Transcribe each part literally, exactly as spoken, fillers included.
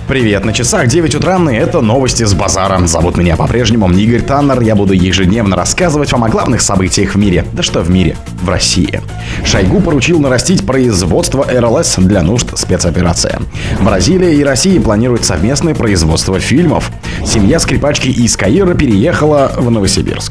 Привет, на часах девять утра, и это новости с базара. Зовут меня по-прежнему Игорь Таннер. Я буду ежедневно рассказывать вам о главных событиях в мире. Да что в мире? В России. Шойгу поручил нарастить производство эр эл эс для нужд спецоперации. Бразилия и Россия планируют совместное производство фильмов. Семья скрипачки из Каира переехала в Новосибирск.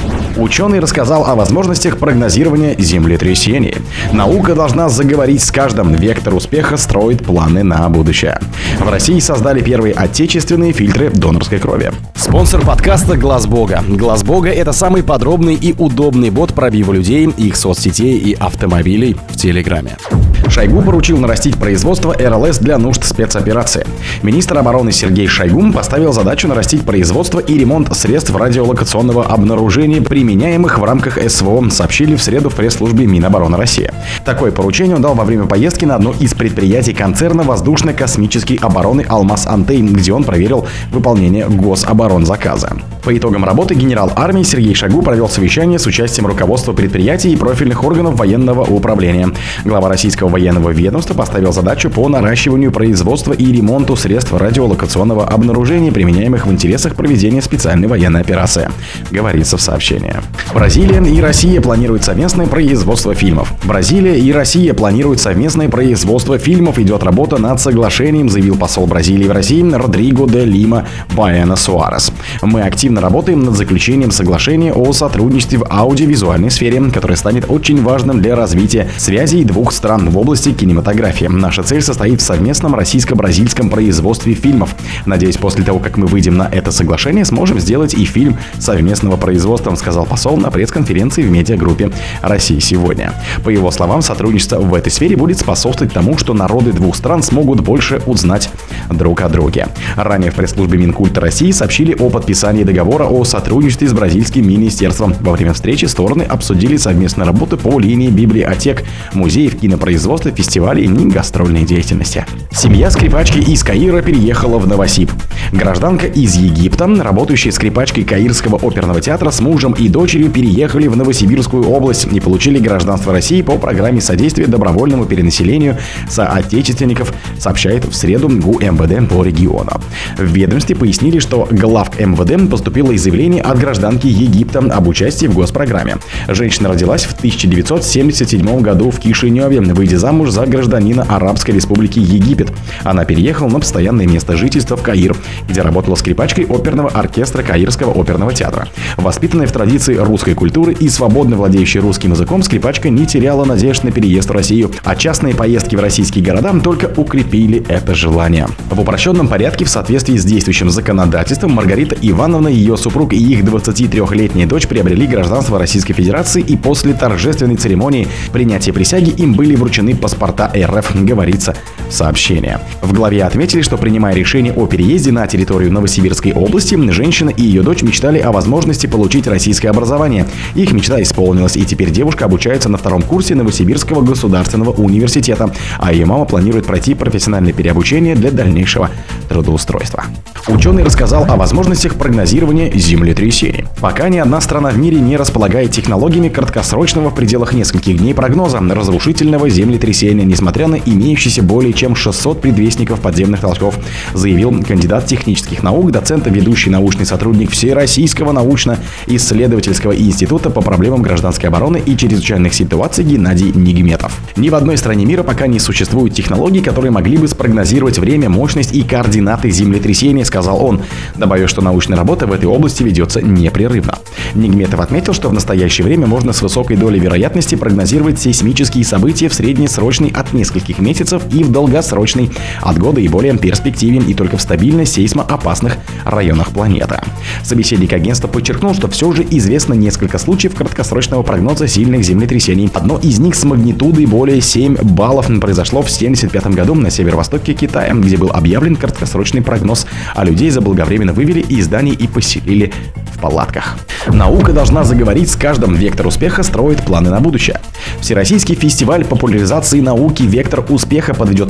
Ученый рассказал о возможностях прогнозирования землетрясений. Наука должна заговорить с каждым. Вектор успеха строит планы на будущее. В России создали первые отечественные фильтры донорской крови. Спонсор подкаста Глаз Бога. Глаз Бога — это самый подробный и удобный бот пробива людей, их соцсетей и автомобилей в Телеграме. Шойгу поручил нарастить производство эр эл эс для нужд спецоперации. Министр обороны Сергей Шойгу поставил задачу нарастить производство и ремонт средств радиолокационного обнаружения, применяемых в рамках эс вэ о, сообщили в среду в пресс-службе Минобороны России. Такое поручение он дал во время поездки на одно из предприятий концерна воздушно-космической обороны «Алмаз-Антей», где он проверил выполнение гособоронзаказа. По итогам работы генерал армии Сергей Шойгу провел совещание с участием руководства предприятий и профильных органов военного управления. Глава российского военного ведомства поставил задачу по наращиванию производства и ремонту средств радиолокационного обнаружения, применяемых в интересах проведения специальной военной операции, говорится в сообщении. Бразилия и Россия планируют совместное производство фильмов. Бразилия и Россия планируют совместное производство фильмов. Идет работа над соглашением, заявил посол Бразилии в России Родриго де Лима Баэна Суарес. Мы активно работаем над заключением соглашения о сотрудничестве в аудиовизуальной сфере, которое станет очень важным для развития связей двух стран в области кинематографии. Наша цель состоит в совместном российско-бразильском производстве фильмов. Надеюсь, после того, как мы выйдем на это соглашение, сможем сделать и фильм совместного производства, сказал посол на пресс-конференции в медиагруппе «Россия сегодня». По его словам, сотрудничество в этой сфере будет способствовать тому, что народы двух стран смогут больше узнать друг о друге. Ранее в пресс-службе Минкульта России сообщили о подписании договора о сотрудничестве с бразильским министерством. Во время встречи стороны обсудили совместную работу по линии библиотек, музеев, кинопроизводства, фестивалей и гастрольной деятельности. Семья скрипачки из Каира переехала в Новосиб. Гражданка из Египта, работающая скрипачкой Каирского оперного театра, с мужем и дочерью переехали в Новосибирскую область и получили гражданство России по программе содействия добровольному перенаселению соотечественников, сообщает в среду ГУ эм вэ дэ по региону. В ведомстве пояснили, что главк эм вэ дэ поступило заявление от гражданки Египта об участии в госпрограмме. Женщина родилась в тысяча девятьсот семьдесят седьмом году в Кишиневе, выйдя замуж за гражданина Арабской Республики Египет. Она переехала на постоянное место жительства в Каир, где работала скрипачкой оперного оркестра Каирского оперного театра. Воспитанная в традиции русской культуры и свободно владеющая русским языком, скрипачка не теряла надежд на переезд в Россию, а частные поездки в российские города только укрепили это желание. В упрощенном порядке, в соответствии с действующим законодательством, Маргарита Ивановна, ее супруг и их двадцатитрёхлетняя дочь приобрели гражданство Российской Федерации, и после торжественной церемонии принятия присяги им были вручены паспорта эр эф, говорится в сообщении. В главе отметили, что, принимая решение о переезде на территорию Новосибирской области, женщина и ее дочь мечтали о возможности получить российское образование. Их мечта исполнилась, и теперь девушка обучается на втором курсе Новосибирского государственного университета, а ее мама планирует пройти профессиональное переобучение для дальнейшего трудоустройства. Ученый рассказал о возможностях прогнозирования землетрясений. Пока ни одна страна в мире не располагает технологиями краткосрочного в пределах нескольких дней прогноза разрушительного землетрясения, несмотря на имеющиеся более чем шестьсот предвестников подземных толчков, заявил кандидат технических наук, доцент и ведущий научный сотрудник Всероссийского научно-исследовательского института по проблемам гражданской обороны и чрезвычайных ситуаций Геннадий Нигметов. Ни в одной стране мира пока не существует технологий, которые могли бы спрогнозировать время, мощность и координаты землетрясения, сказал он, добавив, что научная работа в этой области ведется непрерывно. Нигметов отметил, что в настоящее время можно с высокой долей вероятности прогнозировать сейсмические события в среднесрочной от нескольких месяцев и в долгосрочной от года и более перспективе, и только в стабильно сейсмоопасных районах планеты. Собеседник агентства подчеркнул, что все же известно несколько случаев краткосрочного прогноза сильных землетрясений. Одно из них с магнитудой более семь баллов произошло в семьдесят пятом году на северо-востоке Китая, где был объявлен краткосрочный прогноз, а людей заблаговременно вывели из зданий и поселили в палатках. Наука должна заговорить с каждым. Вектор успеха строит планы на будущее. Всероссийский фестиваль популяризации науки «Вектор успеха» подведет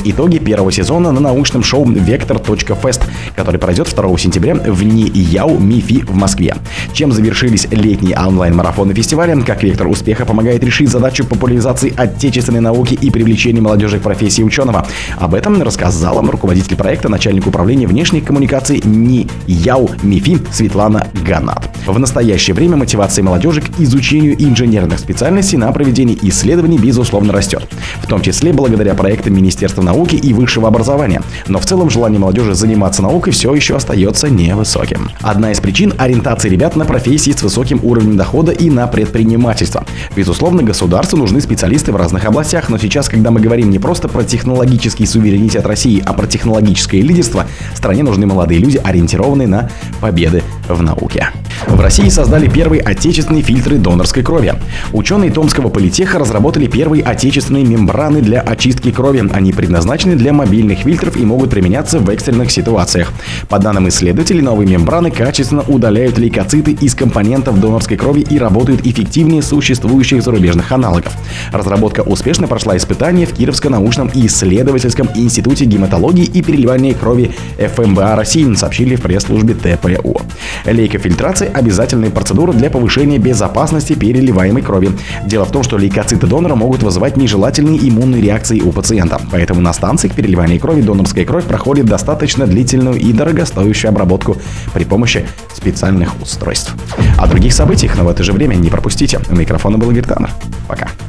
итоги первого сезона на научном шоу Vector.Fest, который пройдет второго сентября в НИИЯУ МИФИ в Москве. Чем завершились летние онлайн-марафоны фестиваля, как вектор успеха помогает решить задачу популяризации отечественной науки и привлечения молодежи к профессии ученого. Об этом рассказала руководитель проекта, начальник управления внешних коммуникаций НИИЯУ МИФИ Светлана Ганат. В настоящее время мотивация молодежи к изучению инженерных специальностей на проведение исследований безусловно растет, в том числе благодаря проектам Министерства науки и высшего образования. Но в целом желание молодежи заниматься наукой все еще остается невысоким. Одна из причин – ориентации ребят на профессии с высоким уровнем дохода и на предпринимательство. Безусловно, государству нужны специалисты в разных областях, но сейчас, когда мы говорим не просто про технологический суверенитет России, а про технологическое лидерство, стране нужны молодые люди, ориентированные на победы в науке. В России создали первые отечественные фильтры донорской крови. Ученые Томского политеха разработали первые отечественные мембраны для очистки крови. Они предназначены для мобильных фильтров и могут применяться в экстренных ситуациях. По данным исследователей, новые мембраны качественно удаляют лейкоциты из компонентов донорской крови и работают эффективнее существующих зарубежных аналогов. Разработка успешно прошла испытания в Кировском научном и исследовательском институте гематологии и переливания крови эф эм бэ а России, сообщили в пресс-службе тэ пэ у. Лейкофильтрация – обязательная процедура для повышения безопасности переливаемой крови. Дело в том, что лейкоциты донора могут вызывать нежелательные иммунные реакции у пациента. Поэтому на станциях переливания крови донорская кровь проходит достаточно длительную и дорогостоящую обработку при помощи специальных устройств. О других событиях, но в это же время не пропустите. У микрофона был Игорь Таннер. Пока.